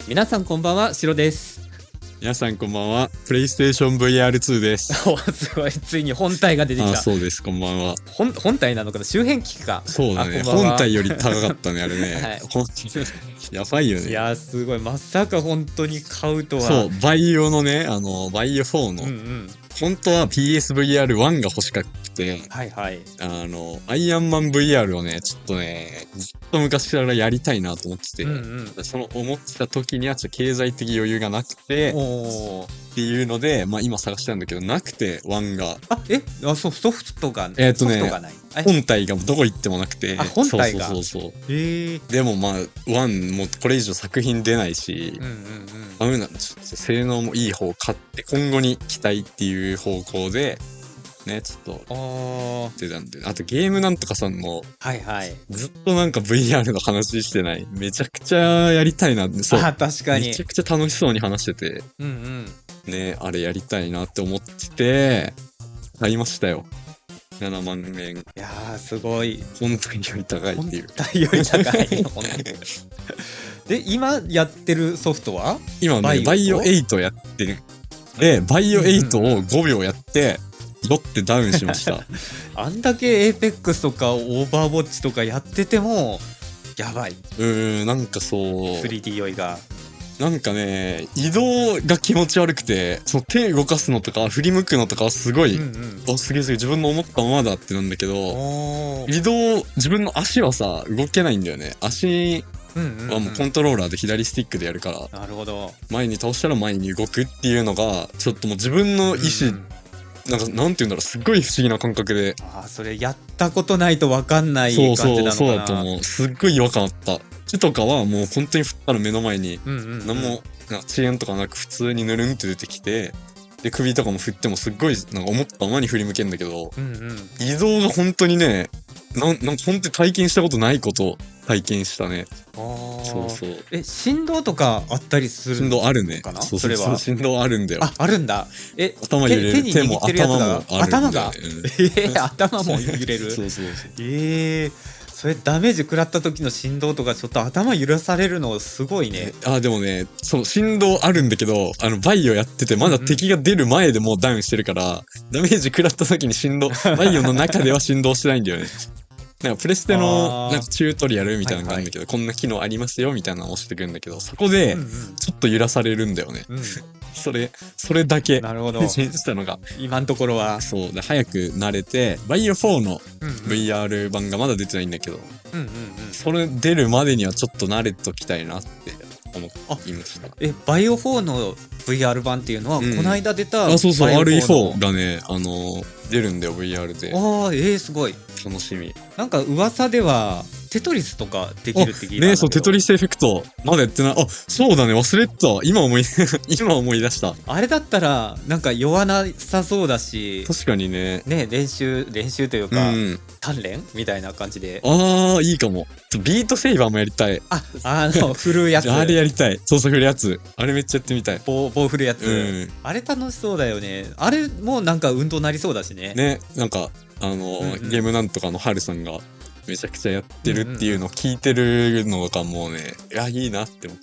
皆さんこんばんは、シロです。 皆さんこんばんは。プレイステーション VR2 です。 お、すごい、ついに本体が出てきた。 そうです、こんばんは。 本体なのかな、周辺機器か。 そうだね、本体より高かったね、あれね。はい、やばいよね。 いやすごい、まさか本当に買うとは。 そう、バイオのね、バイオ4の、本当は PSVR1 が欲しかった。 はいはい。 アイアンマン VR をね、ちょっとね、ずっと昔からやりたいなと思ってて、その思ってた時にはちょっと経済的余裕がなくて、っていうので、まあ今探したんだけど、なくて、1が。 ソフトが、 ね、 ソフトがない。 本体がどこ行ってもなくて。 本体が。 そう。でもまあ、1もこれ以上作品出ないし、ダメなの、ちょっと性能もいい方を買って、今後に期待っていう方向で、ね、ちょっと出たんで、あとゲームなんとかさんもずっとなんか VR の話してない。めちゃくちゃやりたいなって。そう、 確かにめちゃくちゃ楽しそうに話してて、ね、あれやりたいなって思ってて買いましたよ。7万円。いやーすごい。 本体より高いっていう。 本体より高いで今やってるソフトは今ね、バイオ8やってる。でバイオ8を5秒やってロってダウンしましたあんだけエーペックスとかオーバーウォッチとかやっててもやばい。 なんかそう 3D 酔いがなんかね、移動が気持ち悪くて、その手動かすのとか振り向くのとかはすごい、すげえ自分の思ったままだってなんだけど、移動、自分の足はさ動けないんだよね。足はもうコントローラーで左スティックでやるから、 なるほど、 前に倒したら前に動くっていうのがちょっともう自分の意思、なんていうんだろう、すっごい不思議な感覚で。 それやったことないと分かんない感じなのかな。 そうだと思う。すっごい違和感あった。手とかはもう本当に振ったら目の前に何も遅延とかなく普通にぬるんって出てきて、で首とかも振ってもすっごいなんか思ったままに振り向けるんだけど、移動が本当にね、なんか本当に体験したことないことを体験したね。そう振動とかあったりするのかな。振動あるね。それは振動あるんだよ。 あるんだ。 頭揺れる。手も頭もあるんだよ。 頭が頭も揺れる。 そうそれダメージ食らった時の振動とかちょっと頭揺らされるのすごいね。 でもね、そう振動あるんだけど、バイオやっててまだ敵が出る前でもうダウンしてるから、ダメージ食らった時に振動、バイオの中では振動してないんだよね。なんかプレステのなんかチュートリアルみたいなのがあるんだけど、こんな機能ありますよみたいなのを押してくるんだけど、そこでちょっと揺らされるんだよね。それだけしたのが今のところは。 そうで、早く慣れて、バイオ4の VR 版がまだ出てないんだけど、それ出るまでにはちょっと慣れときたいなって思いました。 バイオ4の VR 版っていうのは、この間出たそう RE4 がね、出るんだよ VR で。 すごい楽しみ。 なんか噂ではテトリスとかできるって聞いたんだけど。 そう、テトリスエフェクトまだやってない。そうだね、忘れてた。今思い出した。 あれだったらなんか酔わなさそうだし、 確かにね。 練習というか、鍛錬みたいな感じで。 いいかも。ビートセイバーもやりたい。 振るやつ。 あれやりたい。そう振るやつ。あれめっちゃやってみたい。 棒振るやつ。あれ楽しそうだよね。あれもなんか運動なりそうだしね。 なんかゲームなんとかのハルさんがめちゃくちゃやってるっていうのを聞いてるのがもうね、いいなって思って、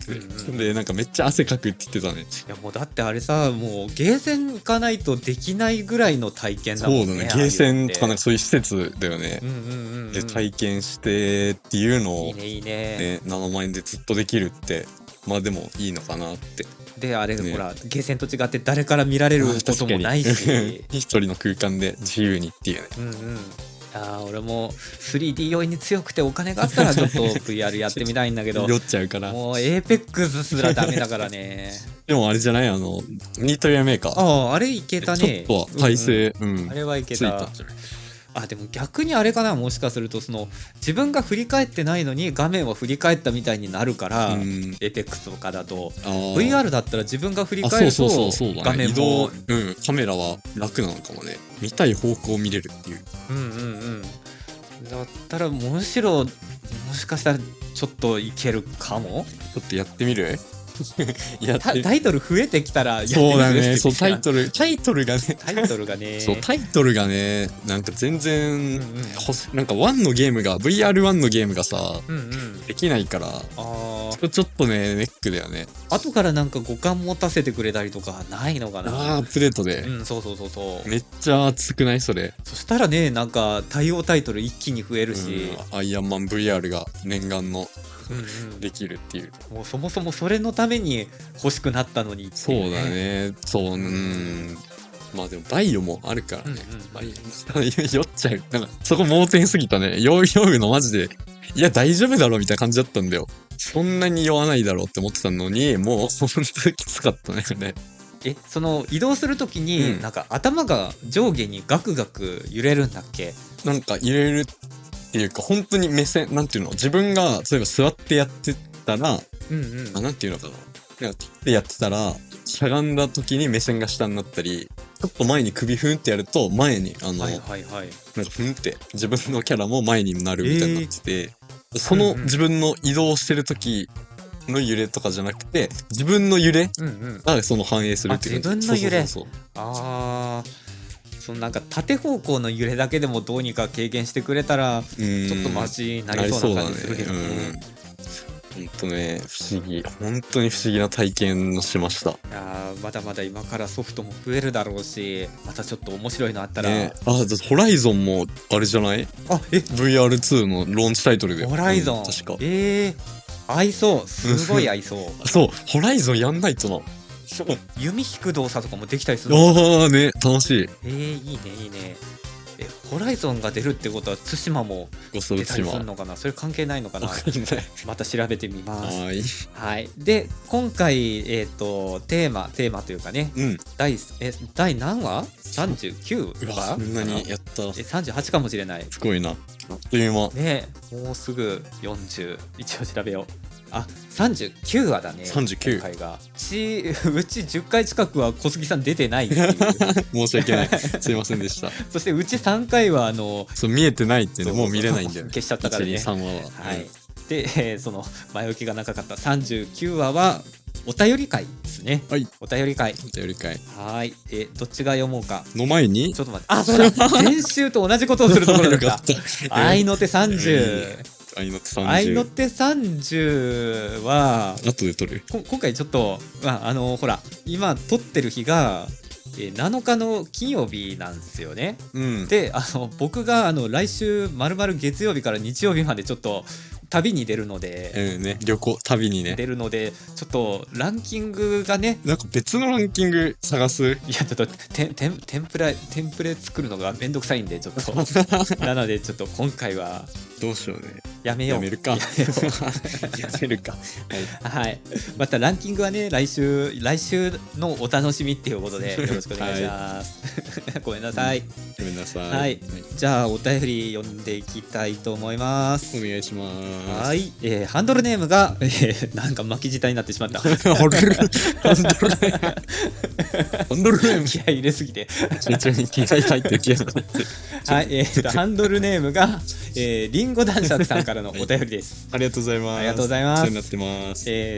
でなんかめっちゃ汗かくって言ってたね。 いやもうだってあれさ、もうゲーセン行かないとできないぐらいの体験だもんね。 そうだね、ゲーセンとかなんかそういう施設だよね。で体験してっていうのをいいね、 7万円でずっとできるって、まあでもいいのかなって。 であれ、ほらゲーセンと違って誰から見られることもないし一人の空間で自由にっていうね。 俺も 3D 酔いに強くてお金があったらちょっと VR やってみたいんだけど酔っちゃうから、 もうエーペックスすらダメだからねでもあれじゃない、ニートリアメーカー、 あれいけたね。 ちょっと耐性、 あれはいけた。でも逆にあれかな、もしかするとその自分が振り返ってないのに画面を振り返ったみたいになるから、エーペックスとかだと VR だったら自分が振り返ると画面もカメラは楽なのかもね。見たい方向を見れるっていう。 だったらむしろもしかしたらちょっといけるかも。 ちょっとやってみる。 やってる。 タイトル増えてきたらやってみるそうだね。そう、 って言ってタイトルがね。 タイトルがね。 そう、タイトルがね、なんか全然、 うんうんなんか1のゲームが、VR1 のゲームがさ、 うんうん。 できないから、 あそれちょっとね、ネックだよね。 後からなんか五感持たせてくれたりとかないのかな。 アップデートで。 うん、そうそうそうそう。 めっちゃ熱くないそれ。 そしたらね、なんか対応タイトル一気に増えるし、 アイアンマン VR が念願のうんうん、 できるっていう。 もうそもそもそれのために欲しくなったのにってそういうだね。そう、まあでもバイオもあるからね。バイオ酔っちゃう。なんかそこ盲点すぎたね。酔うのマジで。いや大丈夫だろみたいな感じだったんだよ。そんなに酔わないだろうって思ってたのに、もう本当にきつかったね。 その移動するときに、なんか頭が上下にガクガク揺れるんだっけ？ なんか揺れるっていうか、本当に目線、なんていうの、自分が例えば座ってやってたら、なんていうのかな。なんか立ってやってたら、しゃがんだ時に目線が下になったり、ちょっと前に首ふんってやると前になんかふんって自分のキャラも前になるみたいになってて、その自分の移動してる時の揺れとかじゃなくて、自分の揺れがその反映するっていう。 自分の揺れ。ああ、そのなんか縦方向の揺れだけでもどうにか軽減してくれたらちょっとマシになりそうな感じするけどね。 ほんとね、不思議、本当に不思議な体験をしました。いやまだまだ今からソフトも増えるだろうし、またちょっと面白いのあったら、 ね、ホライゾンもあれじゃない？VR2 のローンチタイトルで。 ホライゾン、確か合いそう、すごい合いそうそう、ホライゾンやんないとな。 弓引く動作とかもできたりするのかな。 ああね、楽しい。 いいねいいね。ホライゾンが出るってことは対馬も出たりするのかな。それ関係ないのかな。また調べてみます。はい。で今回テーマというかね、第何話？39話？ そんなにやった。 38かもしれない。 すごいな。あっという間。 ね、もうすぐ40。一応調べよう。39話だね。 39 今回がうち10回近くは小杉さん出てないっていう申し訳ない、すいませんでした。 そしてうち3回はそう見えてないっていうのもう見れないんだよね。 消しちゃったからね。 1、2、3話は。 はい。で、その前置きが長かった39話はお便り会ですね。 はい。 お便り会。はい。どっちが読もうか。 の前に。 ちょっと待って。そうだ。先週と同じことをするところだった。愛の手30。愛の手30は後で撮る。 今回ちょっとほら今撮ってる日が7日の金曜日なんですよね。で僕が来週まるまる月曜日から日曜日までちょっと旅に出るので、 旅行旅にね出るので、ちょっとランキングがね、 なんか別のランキング探す。いやちょっとテンプレ作るのがめんどくさいんでちょっとなのでちょっと今回はどうしようね。 やめるか。やめるか。 はい。またランキングはね来週のお楽しみっていうことでよろしくお願いします。ごめんなさい。 ごめんなさい。 はい。じゃあお便り読んでいきたいと思います。 お願いします。 はい。ハンドルネームがなんか巻き舌になってしまった。ハンドルネーム気合い入れすぎて。 気合い入ってる気がする。 はい。ハンドルネームがリンゴ男爵さんからのお便りです。 ありがとうございます。 ありがとうございます。 お世話になってます。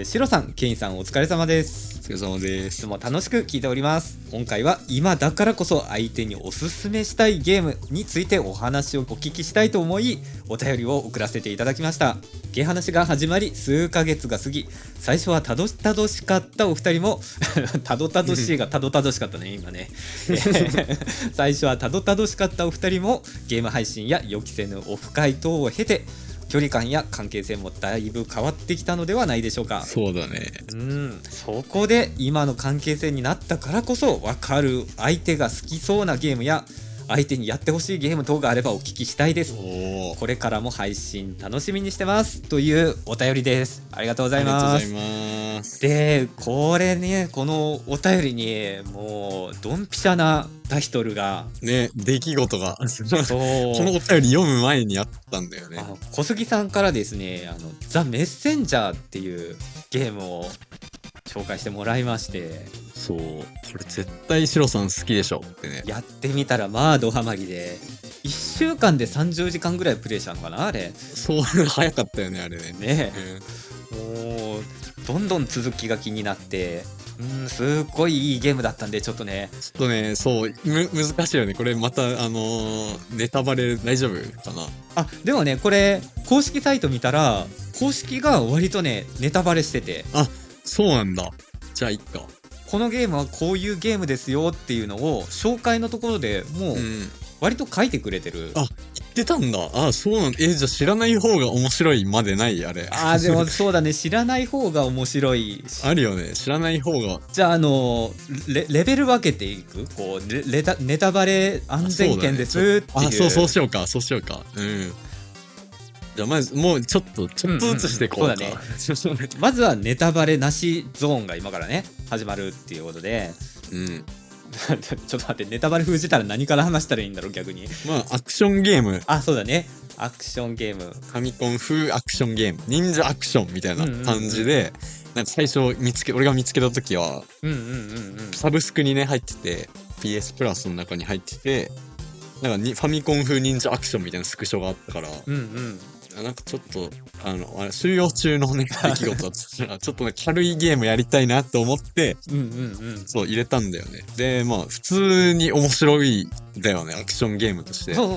シロさん、ケインさんお疲れ様です。 お疲れ様です。 いつも楽しく聞いております。今回は今だからこそ相手におすすめしたいゲームについてお話をお聞きしたいと思いお便りを送らせていただきました。ゲー話が始まり数ヶ月が過ぎ、最初はたどたどしかったお二人もたどたどしいがたどたどしかったね今ね最初はたどたどしかったお二人もゲーム配信や予期せぬオフ会等を経て距離感や関係性もだいぶ変わってきたのではないでしょうか。 そうだね。 そこで今の関係性になったからこそ分かる相手が好きそうなゲームや相手にやってほしいゲーム等があればお聞きしたいです。これからも配信楽しみにしてますというお便りです。ありがとうございます。でこれね、このお便りにもうドンピシャなタイトルがね、出来事がそうこのお便り読む前にあったんだよね。 小杉さんからですね、ザ・メッセンジャーっていうゲームを紹介してもらいまして、 そうこれ絶対シロさん好きでしょってね、 やってみたらまあドハマりで1週間で30時間ぐらいプレイしたのかなあれ。 そう早かったよねあれね。 ね、もうどんどん続きが気になって、すっごいいいゲームだったんで、ちょっとねそう難しいよねこれ。またネタバレ大丈夫かな。 でもねこれ公式サイト見たら公式が割とねネタバレしてて、 そうなんだ。じゃあいっか。 このゲームはこういうゲームですよっていうのを紹介のところでもう割と書いてくれてる。 言ってたんだ。そうなんだ。じゃあ知らない方が面白いまでないあれ。 でもそうだね知らない方が面白いあるよね知らない方が。 じゃあレベル分けていくこうネタバレ安全圏ですっていう。 そうしようか。じゃあまずもうちょっとずつしていこうか。 そうだねまずはネタバレなしゾーンが今からね始まるっていうことで、ちょっと待って、ネタバレ封じたら何から話したらいいんだろう逆に。 アクションゲーム。 そうだねアクションゲーム、 ファミコン風アクションゲーム、忍者アクションみたいな感じで、なんか最初俺が見つけた時は、サブスクにね入ってて PS プラスの中に入ってて、なんかファミコン風忍者アクションみたいなスクショがあったから、なんかちょっと収容中のね出来事だったからちょっとね軽いゲームやりたいなと思ってそう入れたんだよね。で普通に面白いだよねアクションゲームとして。 そう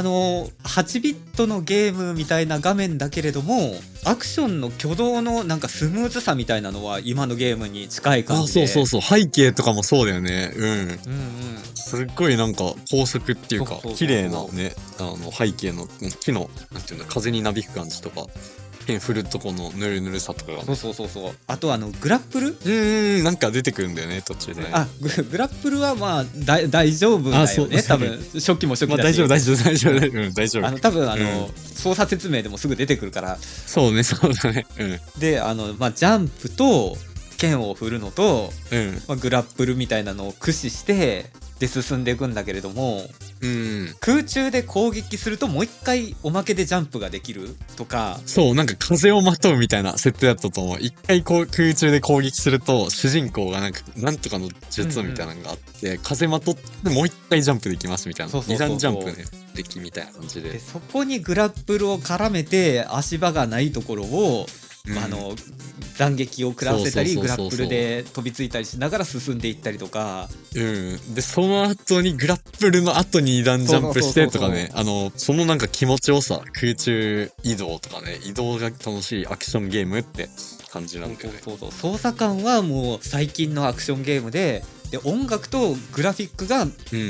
8ビットのゲームみたいな画面だけれどもアクションの挙動のなんかスムーズさみたいなのは今のゲームに近い感じで。 そう背景とかもそうだよね。すっごいなんか高速っていうか綺麗なね背景の木のなんていうの風になびく感じとか剣振るとこのぬるぬるさとかが、 そうあとグラップルなんか出てくるんだよね途中で。 グラップルは大丈夫だよね多分初期も初期だし、 大丈夫多分操作説明でもすぐ出てくるから。 そうだねでジャンプと剣を振るのと、グラップルみたいなのを駆使してで進んでいくんだけれども、空中で攻撃するともう一回おまけでジャンプができるとか。 そうなんか風をまとうみたいな設定だったと思う。一回空中で攻撃すると主人公がなんとかの術みたいなのがあって、風まとってもう一回ジャンプできますみたいな、2段ジャンプねできみたいな感じで、 そこにグラップルを絡めて足場がないところを斬撃を食らわせたりグラップルで飛びついたりしながら進んでいったりとか。 でその後にグラップルの後に2段ジャンプしてとかね、そのなんか気持ちよさ、空中移動とかね、移動が楽しいアクションゲームって感じなんだよね。 操作感はもう最近のアクションゲームで音楽とグラフィックが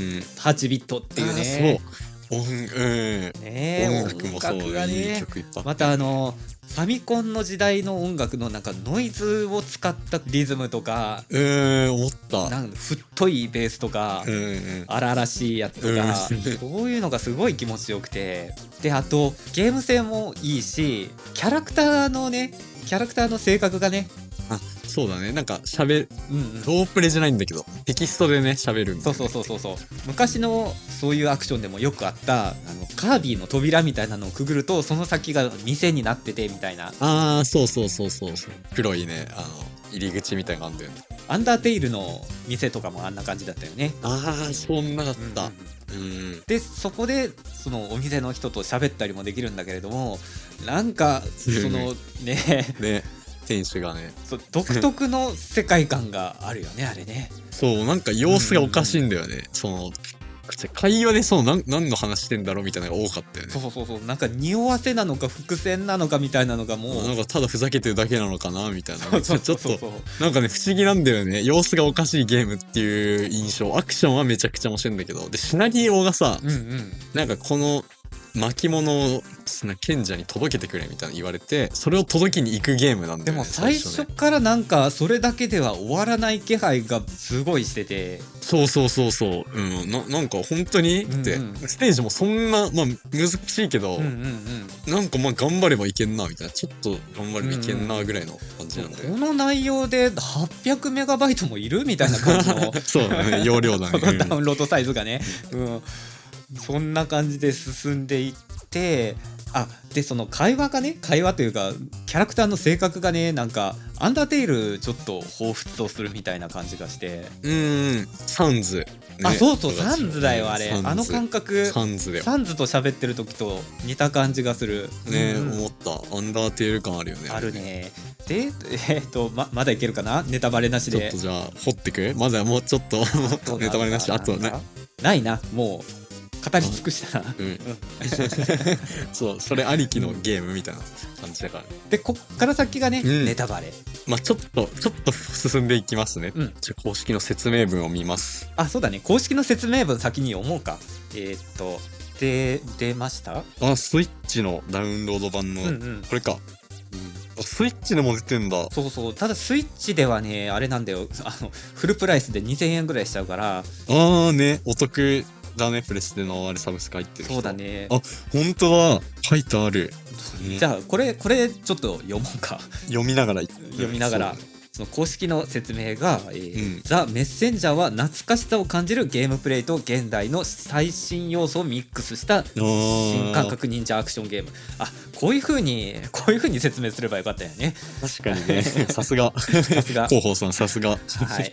8ビットっていうね。音楽もそうだね。いい曲いっぱい。またファミコンの時代の音楽のなんかノイズを使ったリズムとか、 思った太いベースとか、荒々しいやつとか、そういうのがすごい気持ちよくて、であとゲーム性もいいし、キャラクターの性格がね、 そうだね、なんかロープレじゃないんだけどテキストでね喋るんだよね。 そう昔のそういうアクションでもよくあったカービィの扉みたいなのをくぐるとその先が店になっててみたいな。 そう黒いね入り口みたいなのがあるんだよね。 アンダーテイルの店とかもあんな感じだったよね。 そんなだった。 でそこでそのお店の人と喋ったりもできるんだけれども、なんかそのね店主がね独特の世界観があるよねあれね。 そうなんか様子がおかしいんだよね。その会話で何の話してんだろうみたいなのが多かったよね。 そうなんか匂わせなのか伏線なのかみたいなのがもうなんかただふざけてるだけなのかなみたいな。ちょっとなんかね不思議なんだよね。様子がおかしいゲームっていう印象。アクションはめちゃくちゃ面白いんだけど、でシナリオがさ、なんかこの巻物を賢者に届けてくれみたいな言われて、それを届けに行くゲームなんだよね。でも最初からなんかそれだけでは終わらない気配がすごいしてて、 そうなんか本当にって、ステージもそんな難しいけど、なんか頑張ればいけんなみたいな、ちょっと頑張ればいけんなぐらいの感じなんで、 この内容で800メガバイトもいるみたいな感じのそうだね、容量だねダウンロードサイズがね、そんな感じで進んでいって、でその会話というかキャラクターの性格がね、なんかアンダーテイルちょっと彷彿とするみたいな感じがして、 サウンズあ、そうそう、サンズだよあれ。 サンズあの感覚、 サンズだよサンズと喋ってる時と似た感じがするね、 うん思った。アンダーテール感あるよね。 あるね。でまだいけるかな、ネタバレなしで。 ちょっとじゃあ掘ってく、まだもうちょっともっとネタバレなし、あとね、 ないな、もう語り尽くしたな。 うんそう、それありきのゲームみたいな感じだからね。 でこっから先がね、 うんネタバレ。 まあちょっと進んでいきますね。 うん公式の説明文を見ます。 あ、そうだね、公式の説明文先に読もうか。出ました。 あ、スイッチのダウンロード版の、 うんうん、 これか。あ、スイッチでも出てんだ。 そうそう。ただスイッチではね、あれなんだよ、フルプライスで2000円ぐらいしちゃうから。 あーね、お得だね、プレステのあれサブスク入ってる人。 そうだね。 あ、ほんとだ、書いてある。 じゃあこれちょっと読もうか。 読みながら読みながら。その公式の説明が、 んザ・メッセンジャーは懐かしさを感じるゲームプレイと現代の最新要素をミックスした新感覚忍者アクションゲーム。あ、こういう風に説明すればよかったよね。 確かにね。さすがさすが広報さん、さすが。 はい、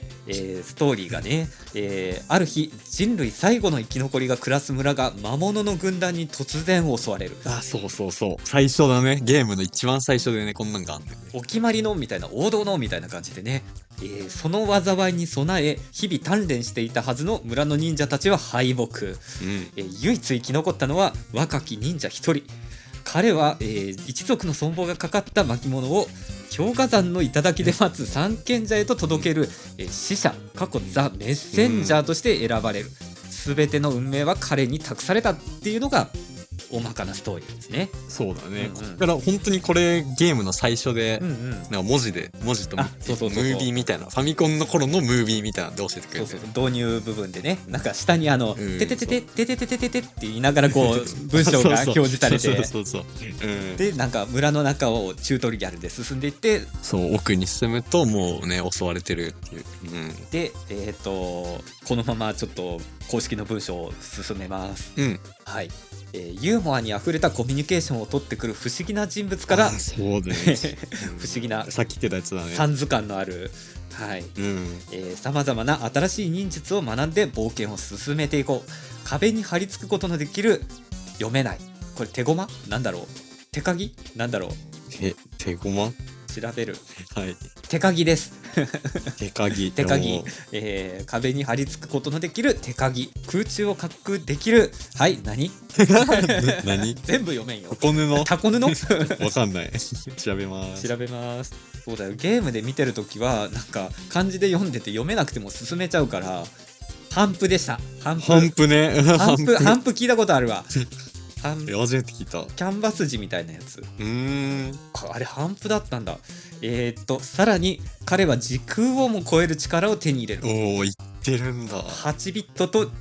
ストーリーがね、ある日人類最後の生き残りが暮らす村が魔物の軍団に突然襲われる。 あ、そうそうそう、最初だね、ゲームの一番最初でね、こんなんがあんねんね。 お決まりのみたいな、王道のみたいな感じでね、その災いに備え日々鍛錬していたはずの村の忍者たちは敗北、唯一生き残ったのは若き忍者一人。彼は、一族の存亡がかかった巻物を氷河山の頂で待つ三賢者へと届ける、使者過去ザ・メッセンジャーとして選ばれる。全ての運命は彼に託されたっていうのが大まかなストーリーですね。 そうだね、 うんうんこっから本当にこれゲームの最初で、 うんうん、 なんか文字とムービーみたいな、ファミコンの頃のムービーみたいなので教えてくれて、 導入部分でね、なんか下にててててててててててって言いながらこうそう文章が表示されて、 そう、 でなんか村の中をチュートリアルで進んでいって、 そう奥に進むともうね襲われてるっていう、 でこのままちょっと公式の文章を進めます。はい。ユーモアにあふれたコミュニケーションを取ってくる不思議な人物からそうだね不思議なさっき言ってたやつだね、 サンズ感のあるさまざまな新しい忍術を学んで冒険を進めていこう。壁に貼り付くことのできる読めない、これ手駒なんだろう、手鍵なんだろう、 手駒調べる。 はい手鍵です手鍵壁に貼り付くことのできる手鍵、空中を滑空できる、はい何何全部読めんよ。 タコ布タコ布わかんない調べます。 そうだよ、ゲームで見てるときはなんか漢字で読んでて読めなくても進めちゃうから、反復でした。反復ね反復聞いたことあるわ。 初めて聞いた。 キャンバス字みたいなやつ。あれ反復だったんだ。さらに彼は時空をも超える力を手に入れる。 おお、言ってるんだ。 8ビットと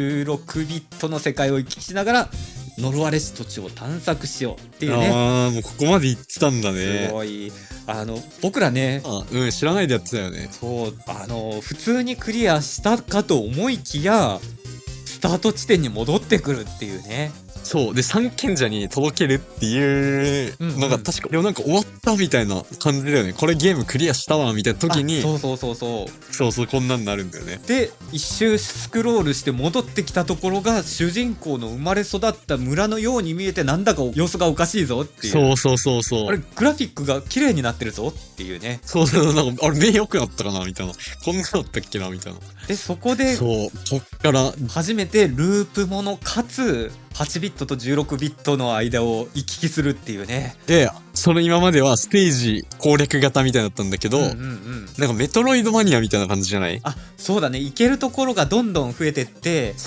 16ビットの世界を行き来しながら呪われし土地を探索しようっていうね。 ああ、もうここまで行ってたんだね。 すごい。僕らね、 知らないでやってたよね。 そう、普通にクリアしたかと思いきやスタート地点に戻ってくるっていうね。 そうで、三賢者に届けるっていうのが確か、でもなんか終わったみたいな感じだよね。これゲームクリアしたわみたいな時に、そうこんなんなるんだよね。 で一周スクロールして戻ってきたところが主人公の生まれ育った村のように見えて、なんだか様子がおかしいぞっていう。そうあれグラフィックが綺麗になってるぞっていうね。 なんかあれ目良くなったかなみたいな、こんなだったっけなみたいな。 でそこでこっから初めてループものかつ8ビットと16ビットの間を行き来するっていうね。 でその今まではステージ攻略型みたいだったんだけど、なんかメトロイドマニアみたいな感じじゃない？ あ、そうだね。行けるところがどんどん増えてって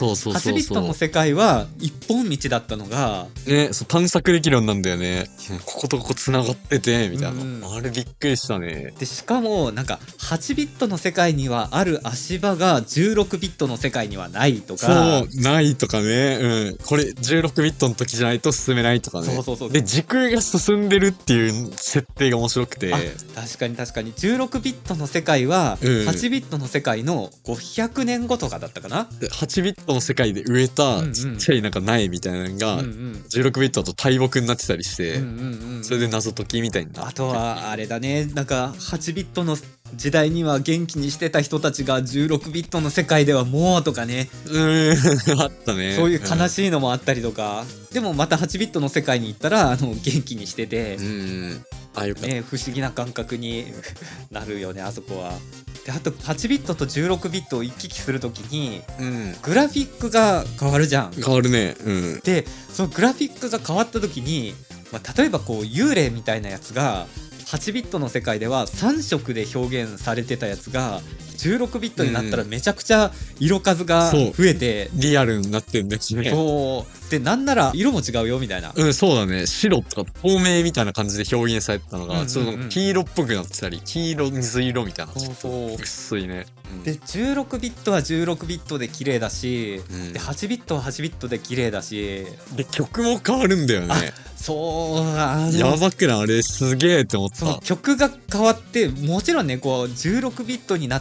、8ビットの世界は一本道だったのがね、探索できるようになるんだよね。こことここ繋がっててみたいな、あれびっくりしたね。 でしかもなんか8ビットの世界にはある足場が16ビットの世界にはないとか、 ないとかね、これ16ビットの時じゃないと進めないとかね。で時空が進んでるっていう設定が面白くて、 確かに16ビットの世界は8ビットの世界の500年後とかだったかな。 で8ビットの世界で植えたちっちゃいなんか苗みたいなのが16ビットだと大木になってたりして、それで謎解きみたいになって、 あとはあれだね、なんか8ビットの時代には元気にしてた人たちが16ビットの世界ではもうとかね、 あったね。 そういう悲しいのもあったりとか、でもまた8ビットの世界に行ったら元気にしてて、 よかった、 ね、不思議な感覚になるよね、あそこは。であと8ビットと16ビットを行き来するときに、グラフィックが変わるじゃん。 変わるね。 でそのグラフィックが変わったときに、例えばこう幽霊みたいなやつが8ビットの世界では3色で表現されてたやつが16ビットになったらめちゃくちゃ色数が増えて、 リアルになってんですね。 そうで、なんなら色も違うよみたいな。 そうだね。白とか透明みたいな感じで表現されてたのが、ちょっと黄色っぽくなってたり、黄色水色みたいな、ちょっと薄いね。 で16ビットは16ビットで綺麗だし、で8ビットは8ビットで綺麗だし、 で曲も変わるんだよね。 そうやばくない？あれすげえって思った。 その曲が変わって、もちろんねこう16ビットになって、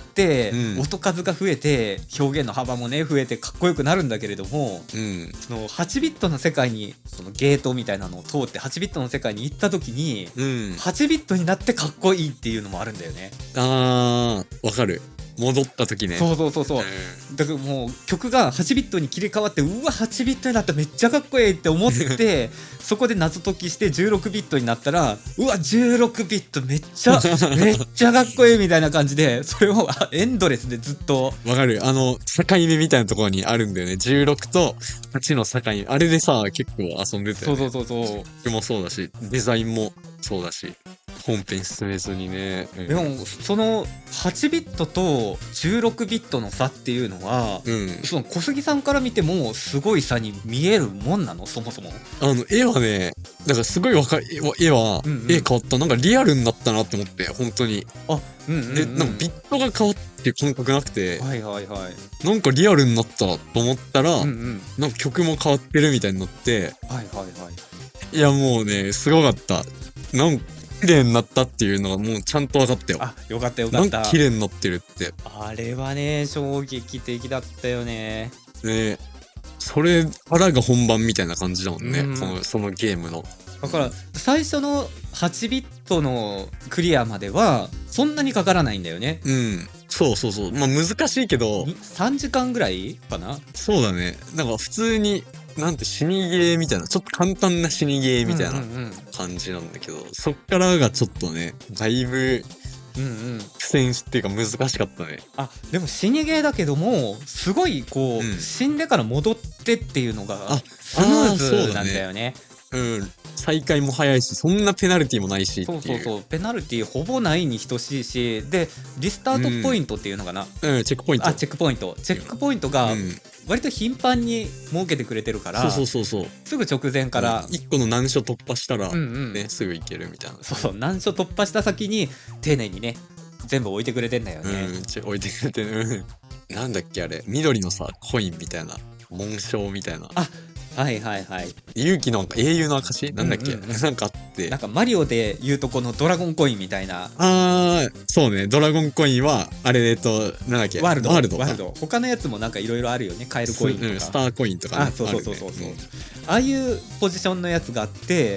音数が増えて表現の幅もね増えてかっこよくなるんだけれども、その8ビットの世界にそのゲートみたいなのを通って8ビットの世界に行った時に、8ビットになってかっこいいっていうのもあるんだよね。 わかる。戻った時ね。 そう、だからもう曲が8ビットに切り替わって、うわ8ビットになっためっちゃかっこいいって思ってそこで謎解きして16ビットになったら、うわ16ビットめっちゃかっこいいみたいな感じで、それをエンドレスでずっと。 わかる。境目みたいなところにあるんだよね。16と8の境目、あれでさ結構遊んでたよね。 そう曲もそうだし、デザインもそうだし、本編進めずにね。 でもその8ビットと16ビットの差っていうのは、その小杉さんから見てもすごい差に見えるもんなの？そもそも絵はね、だからすごい絵は、絵変わった。なんかリアルになったなって思って、本当に。でなんかビットが変わって感覚なくて、なんかリアルになったと思ったら、なんか曲も変わってるみたいになって、いやもうねすごかった。なんか綺麗になったっていうのがもうちゃんと分かったよ。 よかった。 なんか綺麗になってるって。 あれはね衝撃的だったよね。 それからが本番みたいな感じだもんね、そのゲームの。だから最初の8ビットのクリアまではそんなにかからないんだよね。 そう。まあ難しいけど 3時間ぐらいかな。 そうだね。なんか普通になんて死にゲーみたいな、ちょっと簡単な死にゲーみたいな感じなんだけど、そっからがちょっとねだいぶ苦戦っていうか難しかったね。 でも死にゲーだけどもすごいこう、死んでから戻ってっていうのがスムーズなんだよね。 再開も早いし、そんなペナルティもないしっていう。 そうペナルティほぼないに等しいし、でリスタートポイントっていうのかな、 チェックポイントが割と頻繁に設けてくれてるから、すぐ直前から 1個の難所突破したらね、すぐ行けるみたいな。 難所突破した先に丁寧にね全部置いてくれてんだよね。 置いてくれてる。なんだっけあれ、緑のさコインみたいな紋章みたいな。勇気の英雄の証なんだっけ、なんかあって、 なんかマリオでいうとこのドラゴンコインみたいな。 そうね。ドラゴンコインはあれなんだっけ、 ワールド他のやつもなんかいろいろあるよね。カエルコインとか、 スターコインとかね。 そうああいうポジションのやつがあって、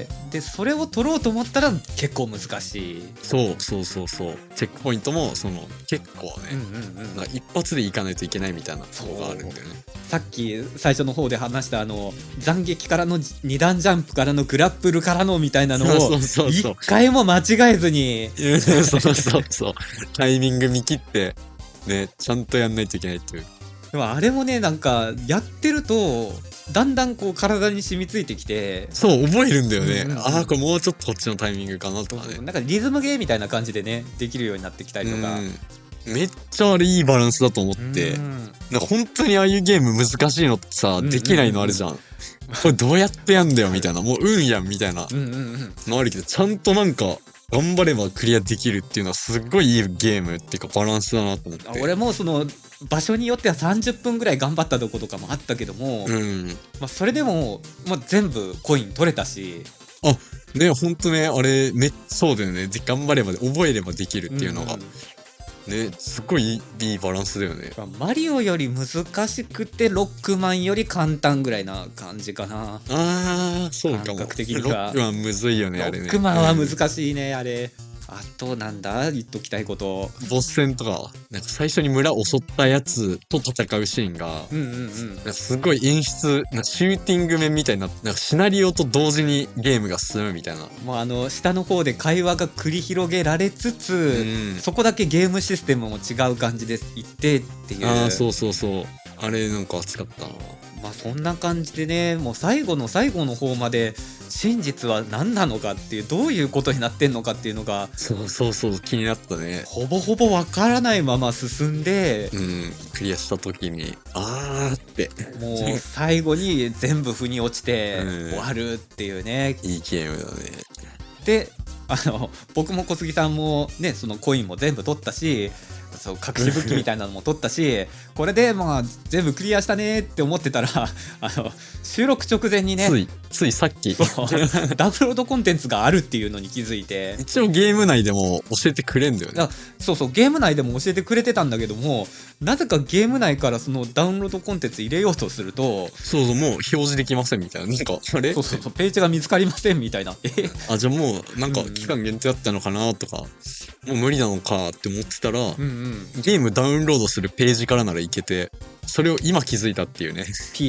でそれを取ろうと思ったら結構難しい。 そうチェックポイントも結構ね、一発で行かないといけないみたいなとこがあるんだよね。 さっき最初の方で話した斬撃からの2段ジャンプからのグラップルからのみたいなのを一回も間違えずにそうタイミング見切ってねちゃんとやんないといけないっていう。 でもあれもねなんかやってるとだんだんこう体に染みついてきて、 そう覚えるんだよね。これもうちょっとこっちのタイミングかなとかね。 なんかリズムゲーみたいな感じでねできるようになってきたりとか。 めっちゃあれいいバランスだと思って、なんか本当にああいうゲーム難しいのってさ、できないのあるじゃん。これどうやってやんだよみたいな、もう運やんみたいなのあるけど、ちゃんとなんか頑張ればクリアできるっていうのはすっごいいいゲームっていうかバランスだなと思って。 俺もその場所によっては30分ぐらい頑張ったとことかもあったけども、それでも、全部コイン取れたし。 ね、ほんとね、あれそうだよね。頑張れば覚えればできるっていうのが、ね、すごいいいバランスだよね。 マリオより難しくてロックマンより簡単ぐらいな感じかな。 そうかも。 感覚的にはロックマンむずいよね、あれね。 ロックマンは難しいね、あれ。 あとなんだ言っときたいこと。 ボス戦とか、なんか最初に村を襲ったやつと戦うシーンが、なんかすごい演出、なんかシューティング面みたいな、なんかシナリオと同時にゲームが進むみたいな。 もう下の方で会話が繰り広げられつつ、そこだけゲームシステムも違う感じでいってっていう。 ああ、そうそうそう。あれなんか熱かったな。 まあそんな感じでね、もう最後の最後の方まで真実は何なのかっていう、どういうことになってんのかっていうのがそうそうそう、気になったね。 ほぼほぼわからないまま進んで、 クリアした時にあーってもう最後に全部腑に落ちて終わるっていうね。 いいゲームだね。 で僕も小杉さんもね、そのコインも全部取ったし、そう隠し武器みたいなのも取ったしこれでまあ全部クリアしたねって思ってたら収録直前にね、 ついさっきダウンロードコンテンツがあるっていうのに気づいて、 一応ゲーム内でも教えてくれんだよね。 そうそう、ゲーム内でも教えてくれてたんだけども、なぜかゲーム内からそのダウンロードコンテンツ入れようとすると、 そうそう、もう表示できませんみたいな、なんかあれそうそうそう、ページが見つかりませんみたいな。 あ、じゃあもうなんか期間限定だったのかなとか、もう無理なのかって思ってたら、ゲームダウンロードするページからならいけて、それを今気づいたっていうね。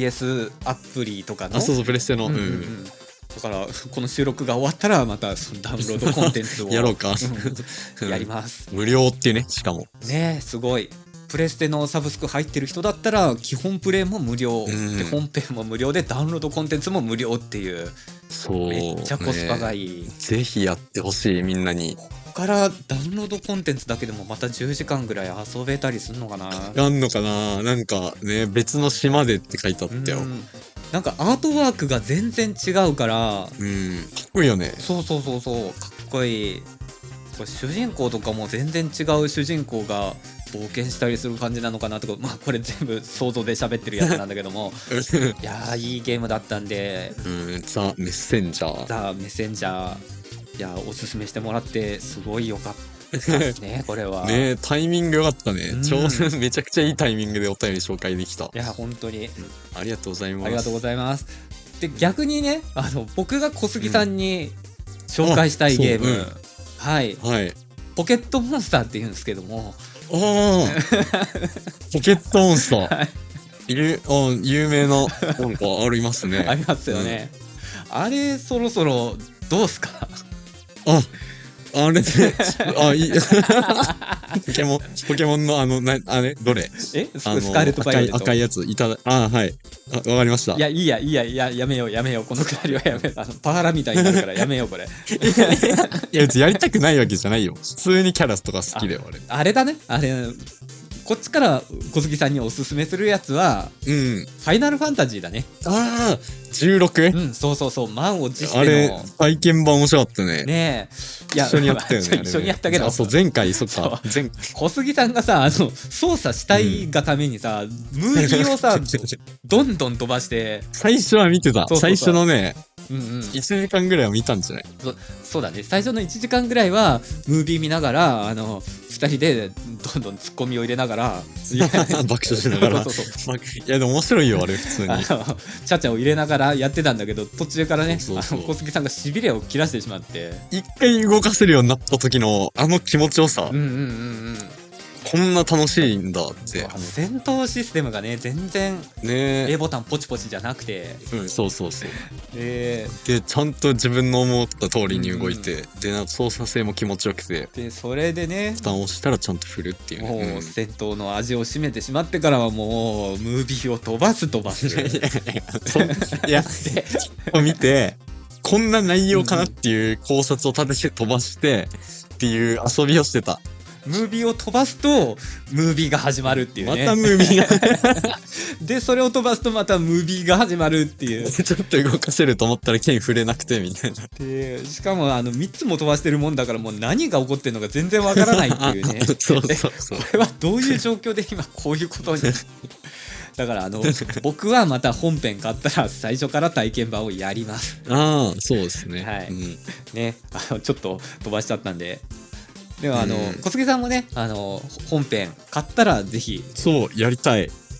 PS アプリとかの、 あ、そうそう、プレステの、 だからこの収録が終わったらまたそのダウンロードコンテンツをやろうか、 やります。 無料っていうね、しかもね、すごい。プレステのサブスク入ってる人だったら基本プレイも無料、で本編も無料でダウンロードコンテンツも無料っていう、 そうめっちゃコスパがいい、 ぜひやってほしい、みんなに。 ここからダウンロードコンテンツだけでもまた10時間ぐらい遊べたりするのかな。 あんのかな、なんかね、別の島でって書いてあったよ。 なんかアートワークが全然違うから、かっこいいよね。 そうそうそうそう、かっこいい。これ主人公とかも全然違う主人公が冒険したりする感じなのかなとか、まあこれ全部想像で喋ってるやつなんだけどもいやー、いいゲームだったんで、 ザ・メッセンジャー。 ザ・メッセンジャー、いやおすすめしてもらってすごいよかったですねこれはね、タイミングよかったね。めちゃくちゃいいタイミングでお便り紹介できた。いや本当に、 ありがとうございます。 ありがとうございます。で逆にね、僕が小杉さんに紹介したいゲーム、はい、ポケットモンスターっていうんですけども、 ポケットモンスター、有名ななんかありますね。 ありますよね、あれそろそろどうすか。 あれでポケモンのあれどれ？ スカーレットバイオレット、 赤いやついただ、はい、わかりました。 いやいややめようこのくだりはやめよう。パワハラみたいになるからやめようこれ。 いや別にやりたくないわけじゃないよ。普通にキャラとか好きだよあれだね、こっちから小杉さんにおすすめするやつは、ファイナルファンタジーだね。 ああ、16？ そうそう、満を持しての。 あれ体験版面白かったね。 ねえ、いや一緒にやったよね。 一緒にやったけど、 そう、前回そっか、 小杉さんがさ、操作したいがためにさ、ムービーをさどんどん飛ばして。 最初は見てた。最初のね、1時間ぐらいは見たんじゃない？ そうだね、最初の1時間ぐらいはムービー見ながら2人でどんどんツッコミを入れながら爆笑しながらいやでも面白いよあれ普通にチャチャを入れながらやってたんだけど、途中からね小杉さんがしびれを切らしてしまって、 一回動かせるようになった時の気持ちよさ、こんな楽しいんだって。 戦闘システムがね全然A ボタンポチポチじゃなくて、 そうでちゃんと自分の思った通りに動いて、で操作性も気持ちよくて、 でそれでねボタンを押したらちゃんと振るっていうね。 もう戦闘の味を占めてしまってからはもうムービーを飛ばすいや見てこんな内容かなっていう考察を立てて飛ばしてっていう遊びをしてた。 ムービーを飛ばすとムービーが始まるっていうね。 またムービーがでそれを飛ばすとまたムービーが始まるっていうちょっと動かせると思ったら剣触れなくてみたいな。 でしかも3つも飛ばしてるもんだから、もう何が起こってるのか全然わからないっていうねそうこれはどういう状況で今こういうことにだから僕はまた本編買ったら最初から体験版をやります。 ああそうですね。 はい、ねちょっと飛ばしちゃったんで。でも小杉さんもね本編買ったらぜひそうやりたい。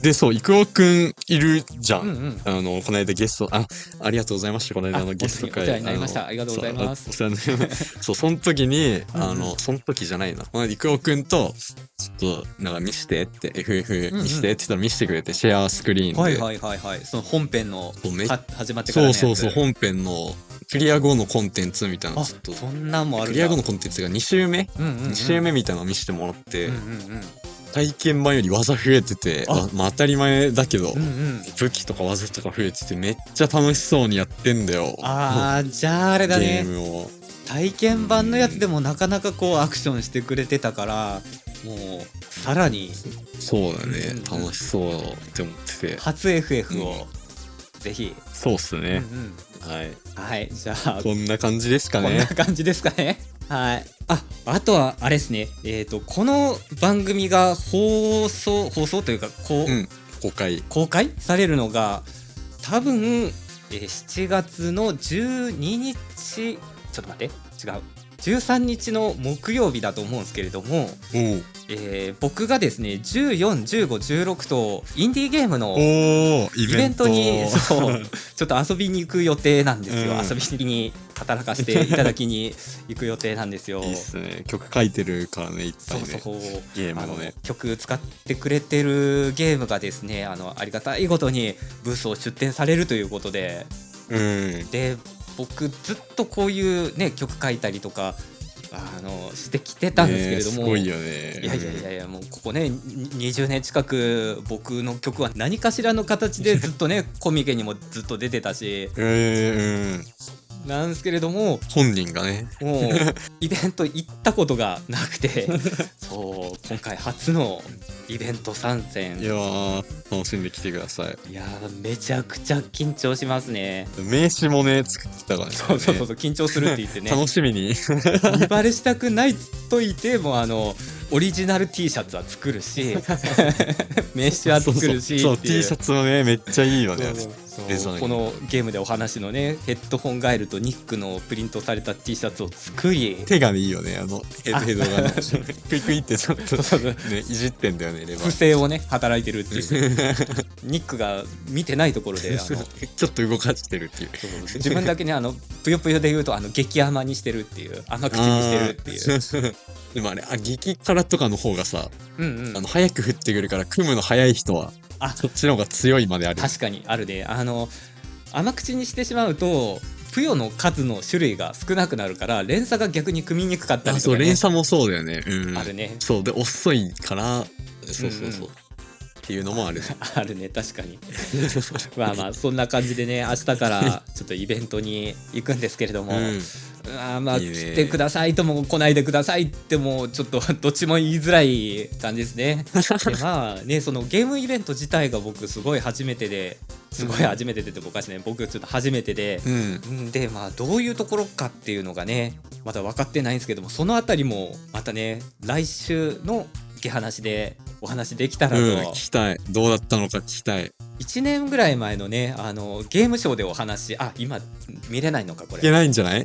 で、そう、イクオくんいるじゃん。 うんうん、 この間ゲスト、ありがとうございました。この間のゲスト会。 お世話になりました。ありがとうございます。 お世話になります。そう、その時に、その時じゃないな。この間イクオくんと、ちょっと、なんか見してって、FF 見してって言ったら見してくれて、シェアスクリーンで。 はいはいはいはい。その本編の始まってからのやつ。 そう、本編の、クリア後のコンテンツみたいなのちょっと。 そんなんもあるんだ。 クリア後のコンテンツが2週目、2週目みたいなのを見せてもらって、体験版より技増えてて、まあ当たり前だけど、武器とか技とか増えててめっちゃ楽しそうにやってんだよ。 じゃああれだね。 ゲームを体験版のやつでもなかなかこうアクションしてくれてたから、もうさらにそうだね、楽しそうって思ってて、 初 FF をぜひ。 そうっすね。 はい、じゃあこんな感じですかね。 こんな感じですかね。はい。あとはあれですね。この番組が放送というか公開されるのが多分、7月の12日、ちょっと待って、違う。13日の木曜日だと思うんですけれども、僕がですね14、15、16とインディーゲームのイベントにちょっと遊びに行く予定なんですよ。遊びに働かせていただきに行く予定なんですよ。 いいっすね。曲書いてるからね、いっぱいね。ゲームのね、 曲使ってくれてるゲームがですね、ありがたいことにブースを出展されるということで、で僕ずっとこういうね曲書いたりとかしてきてたんですけれども、 すごいよね。 いやもうここね20年近く僕の曲は何かしらの形でずっとねコミケにもずっと出てたし、なんですけれども、 本人がねもうイベント行ったことがなくてそう今回初のイベント参戦。 いやー楽しんできてください。 いやーめちゃくちゃ緊張しますね。 名刺もね作ってたからね。 そう緊張するって言ってね楽しみに見バレしたくないといてもオリジナル T シャツは作るし名刺は作るしそう T シャツもねめっちゃいいよね。 このゲームでお話のねヘッドホンガエルとニックのプリントされた T シャツを作り、 手がねいいよね、ヘッドがねクイクイってちょっとねいじってんだよね。 不正をね働いてるっていうニックが見てないところでちょっと動かしてるっていう自分だけねぷよぷよで言うと激甘にしてるっていう、甘口にしてるっていうでもあれ激辛とかの方がさ、早く降ってくるから組むの早い人はそっちの方が強いまである。 確かにあるね。甘口にしてしまうとぷよの数の種類が少なくなるから連鎖が逆に組みにくかったりとか、ね、 そう連鎖もそうだよね。 あるね。 そうで遅いからそうっていうのもあるあるね、確かにまあそんな感じでね明日からちょっとイベントに行くんですけれども、来てくださいとも来ないでくださいってもちょっとどっちも言いづらい感じですねでそのゲームイベント自体が僕すごい初めてで、っておかしいね、僕ちょっと初めてで、でどういうところかっていうのがねまだ分かってないんですけども、そのあたりもまたね来週のゲハナシでお話できたらと、 聞きたい。どうだったのか聞きたい。 1年ぐらい前のねゲームショーでお話、今見れないのかこれ。 いけないんじゃないもう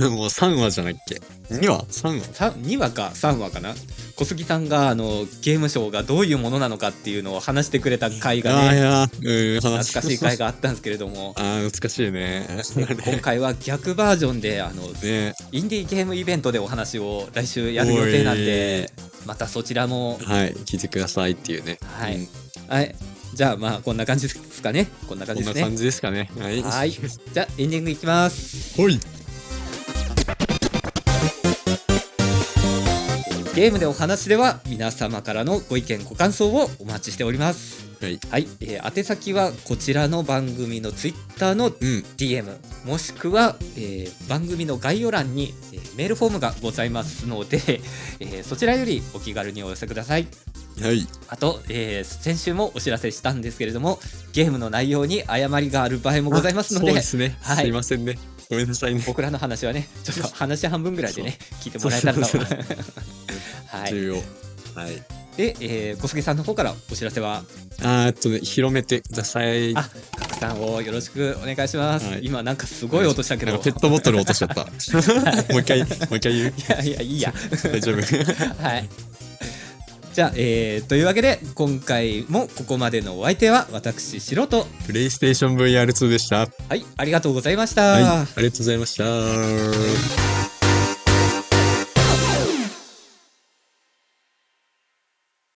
3話じゃなっけ。2話3話 2話か3話かな。小杉さんがゲームショーがどういうものなのかっていうのを話してくれた回がね懐かしい回があったんですけれども懐かしいね今回は逆バージョンでインディーゲームイベントでお話を来週やる予定なんで、またそちらも聞いてくださいっていうね。 じゃあこんな感じですかね。こんな感じですね。 こんな感じですかね。 はいじゃあエンディングいきます。 ほい。 ゲームでお話では皆様からのご意見ご感想をお待ちしております。宛先はこちらの番組のツイッターの DM、もしくは、番組の概要欄に、メールフォームがございますので、そちらよりお気軽にお寄せください。あと、先週もお知らせしたんですけれどもゲームの内容に誤りがある場合もございますので、 そうですね、すいませんね、ごめんなさいね。 僕らの話はねちょっと話半分ぐらいでね聞いてもらえたらと重要。 で、小杉さんの方からお知らせは広めてください。 拡散をよろしくお願いします。今なんかすごい音したけどペットボトル落としちゃったもう一回言う。 いやいいや大丈夫じゃあ、というわけで今回もここまでのお相手は私シロとプレイステーション VR2 でした。 はい、ありがとうございました。 はい、ありがとうございました。